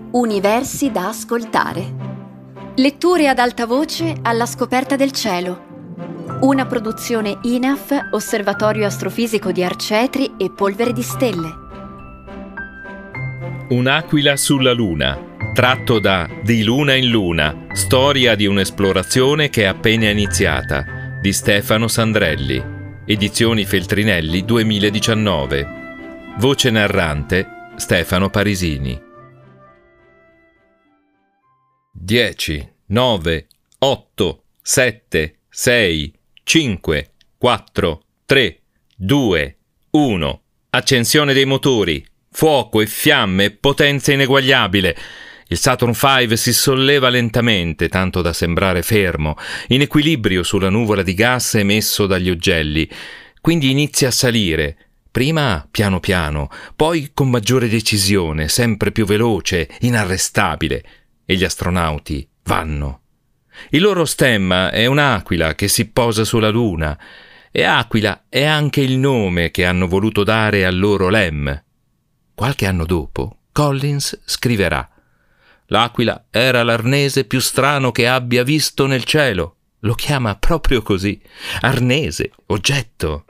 Universi da ascoltare. Letture ad alta voce alla scoperta del cielo. Una produzione INAF, Osservatorio Astrofisico di Arcetri e Polvere di Stelle. Un'aquila sulla Luna, tratto da Di Luna in Luna, storia di un'esplorazione che è appena iniziata, di Stefano Sandrelli, edizioni Feltrinelli 2019. Voce narrante Stefano Parisini. 10, 9, 8, 7, 6, 5, 4, 3, 2, 1. Accensione dei motori. Fuoco e fiamme e potenza ineguagliabile. Il Saturn V si solleva lentamente, tanto da sembrare fermo, in equilibrio sulla nuvola di gas emesso dagli ugelli. Quindi inizia a salire, prima piano piano, poi con maggiore decisione, sempre più veloce, inarrestabile. E gli astronauti vanno. Il loro stemma è un'aquila che si posa sulla Luna, e aquila è anche il nome che hanno voluto dare al loro LEM. Qualche anno dopo, Collins scriverà: «L'aquila era l'arnese più strano che abbia visto nel cielo». Lo chiama proprio così, arnese, oggetto.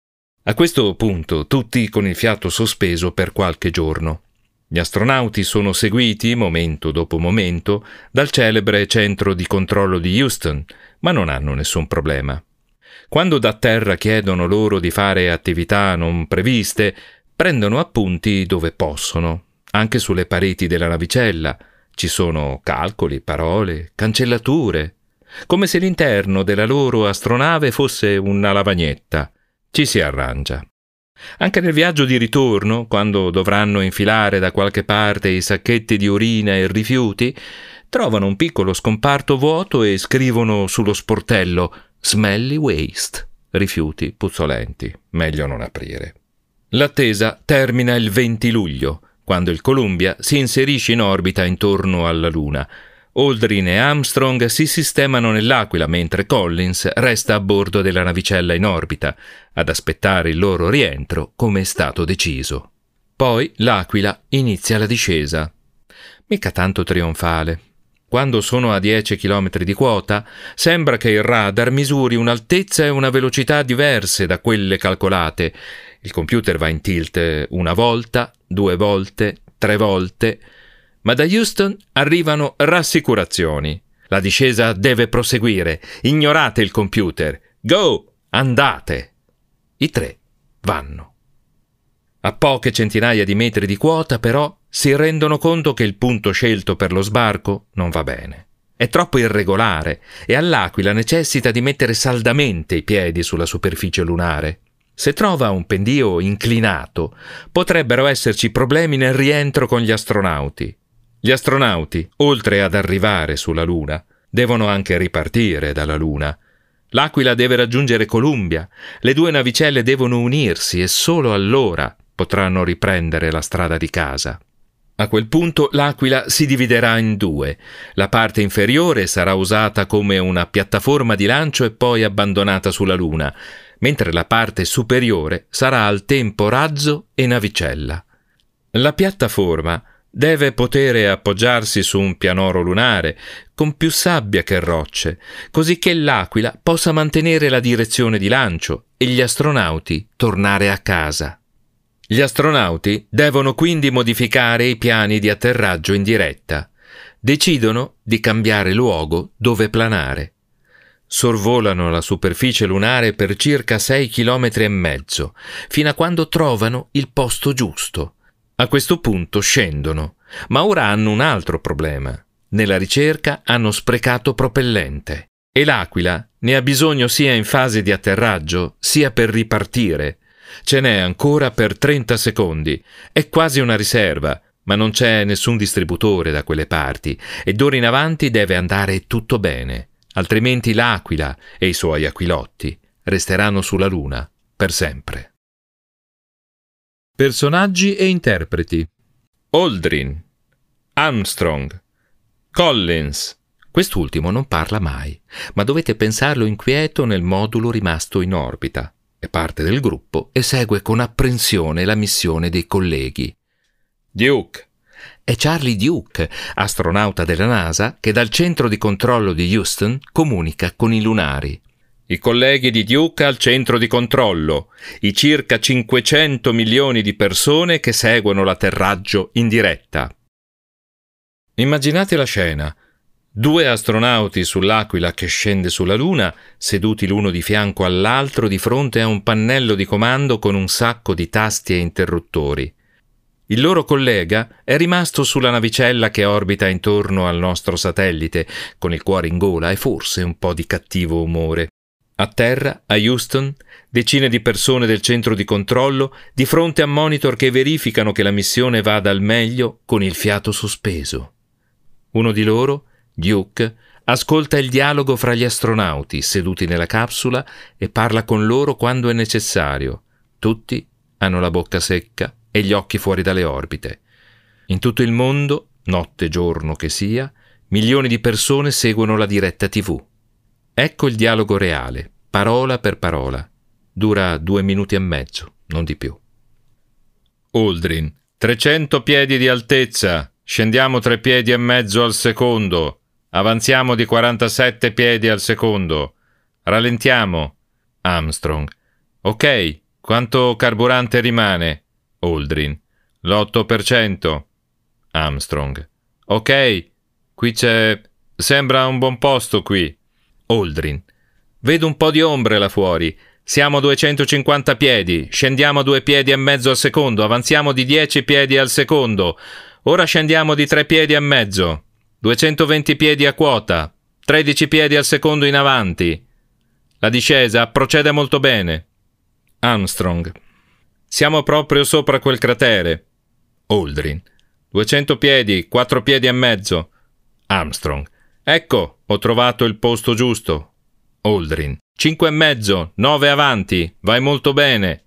A questo punto, tutti con il fiato sospeso per qualche giorno. Gli astronauti sono seguiti, momento dopo momento, dal celebre centro di controllo di Houston, ma non hanno nessun problema. Quando da terra chiedono loro di fare attività non previste, prendono appunti dove possono, anche sulle pareti della navicella. Ci sono calcoli, parole, cancellature, come se l'interno della loro astronave fosse una lavagnetta. Ci si arrangia. Anche nel viaggio di ritorno, quando dovranno infilare da qualche parte i sacchetti di urina e rifiuti, trovano un piccolo scomparto vuoto e scrivono sullo sportello «Smelly waste», rifiuti puzzolenti, meglio non aprire. L'attesa termina il 20 luglio, quando il Columbia si inserisce in orbita intorno alla Luna. Aldrin e Armstrong si sistemano nell'Aquila, mentre Collins resta a bordo della navicella in orbita, ad aspettare il loro rientro come è stato deciso. Poi l'Aquila inizia la discesa. Mica tanto trionfale. Quando sono a 10 km di quota, sembra che il radar misuri un'altezza e una velocità diverse da quelle calcolate. Il computer va in tilt una volta, 2 volte, 3 volte. Ma da Houston arrivano rassicurazioni. La discesa deve proseguire. Ignorate il computer. Go! Andate! I 3 vanno. A poche centinaia di metri di quota, però, si rendono conto che il punto scelto per lo sbarco non va bene. È troppo irregolare e all'Aquila necessita di mettere saldamente i piedi sulla superficie lunare. Se trova un pendio inclinato, potrebbero esserci problemi nel rientro con gli astronauti. Gli astronauti, oltre ad arrivare sulla Luna, devono anche ripartire dalla Luna. L'Aquila deve raggiungere Columbia, le 2 navicelle devono unirsi e solo allora potranno riprendere la strada di casa. A quel punto l'Aquila si dividerà in 2. La parte inferiore sarà usata come una piattaforma di lancio e poi abbandonata sulla Luna, mentre la parte superiore sarà al tempo razzo e navicella. La piattaforma deve poter appoggiarsi su un pianoro lunare, con più sabbia che rocce, così che l'Aquila possa mantenere la direzione di lancio e gli astronauti tornare a casa. Gli astronauti devono quindi modificare i piani di atterraggio in diretta. Decidono di cambiare luogo dove planare. Sorvolano la superficie lunare per circa 6,5 km, fino a quando trovano il posto giusto. A questo punto scendono, ma ora hanno un altro problema. Nella ricerca hanno sprecato propellente e l'Aquila ne ha bisogno sia in fase di atterraggio sia per ripartire. Ce n'è ancora per 30 secondi. È quasi una riserva, ma non c'è nessun distributore da quelle parti e d'ora in avanti deve andare tutto bene, altrimenti l'Aquila e i suoi aquilotti resteranno sulla Luna per sempre. Personaggi e interpreti: Aldrin, Armstrong, Collins. Quest'ultimo non parla mai, ma dovete pensarlo inquieto nel modulo rimasto in orbita. È parte del gruppo e segue con apprensione la missione dei colleghi. Duke, è Charlie Duke, astronauta della NASA, che dal centro di controllo di Houston comunica con i lunari. I colleghi di Duke al centro di controllo, i circa 500 milioni di persone che seguono l'atterraggio in diretta. Immaginate la scena. 2 astronauti sull'Aquila che scende sulla Luna, seduti l'uno di fianco all'altro di fronte a un pannello di comando con un sacco di tasti e interruttori. Il loro collega è rimasto sulla navicella che orbita intorno al nostro satellite, con il cuore in gola e forse un po' di cattivo umore. A terra, a Houston, decine di persone del centro di controllo di fronte a monitor che verificano che la missione vada al meglio con il fiato sospeso. Uno di loro, Duke, ascolta il dialogo fra gli astronauti seduti nella capsula e parla con loro quando è necessario. Tutti hanno la bocca secca e gli occhi fuori dalle orbite. In tutto il mondo, notte e giorno che sia, milioni di persone seguono la diretta TV. Ecco il dialogo reale, parola per parola. Dura 2 minuti e mezzo, non di più. Aldrin, 300 piedi di altezza. Scendiamo 3 piedi e mezzo al secondo. Avanziamo di 47 piedi al secondo. Rallentiamo. Armstrong. Ok, quanto carburante rimane? Aldrin. L'8%. Armstrong. Ok, qui c'è... Sembra un buon posto qui. Aldrin. Vedo un po' di ombre là fuori. Siamo a 250 piedi. Scendiamo a 2 piedi e mezzo al secondo. Avanziamo di 10 piedi al secondo. Ora scendiamo di 3 piedi e mezzo. 220 piedi a quota. 13 piedi al secondo in avanti. La discesa procede molto bene. Armstrong. Siamo proprio sopra quel cratere. Aldrin. 200 piedi, 4 piedi e mezzo. Armstrong. Ecco, ho trovato il posto giusto. Aldrin. 5 e mezzo, 9 avanti, vai molto bene.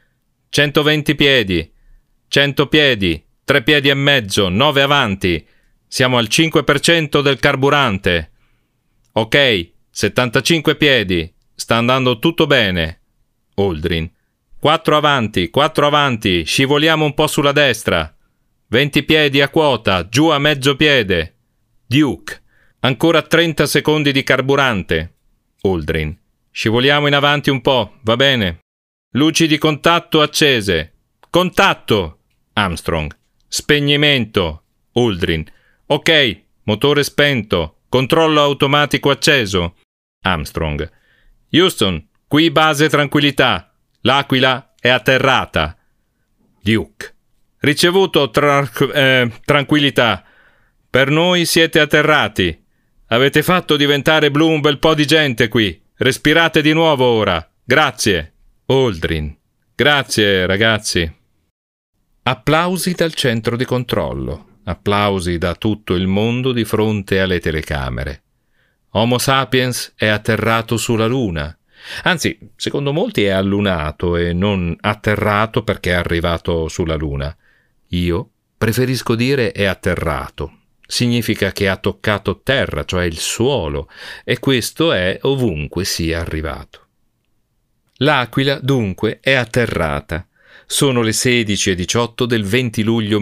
120 piedi, 100 piedi, 3 piedi e mezzo, 9 avanti. Siamo al 5% del carburante. Ok, 75 piedi, sta andando tutto bene. Aldrin. 4 avanti, scivoliamo un po' sulla destra. 20 piedi a quota, giù a mezzo piede. Duke. Ancora 30 secondi di carburante. Aldrin. Scivoliamo in avanti un po', va bene. Luci di contatto accese. Contatto! Armstrong. Spegnimento. Aldrin. Ok, motore spento. Controllo automatico acceso. Armstrong. Houston, qui base tranquillità. L'Aquila è atterrata. Duke. Ricevuto tranquillità. Per noi siete atterrati. Avete fatto diventare blu un bel po' di gente qui. Respirate di nuovo ora. Grazie. Aldrin. Grazie, ragazzi. Applausi dal centro di controllo. Applausi da tutto il mondo di fronte alle telecamere. Homo sapiens è atterrato sulla Luna. Anzi, secondo molti è allunato e non atterrato perché è arrivato sulla Luna. Io preferisco dire è atterrato. Significa che ha toccato terra, cioè il suolo, e questo è ovunque sia arrivato. L'Aquila, dunque, è atterrata. Sono le 16:18 del 20 luglio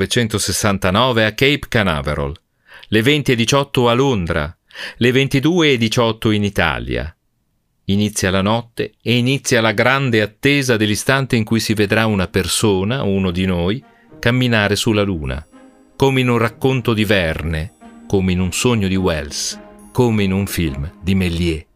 1969 a Cape Canaveral, le 20:18 a Londra, le 22:18 in Italia. Inizia la notte e inizia la grande attesa dell'istante in cui si vedrà una persona, uno di noi, camminare sulla Luna. Come in un racconto di Verne, come in un sogno di Wells, come in un film di Méliès.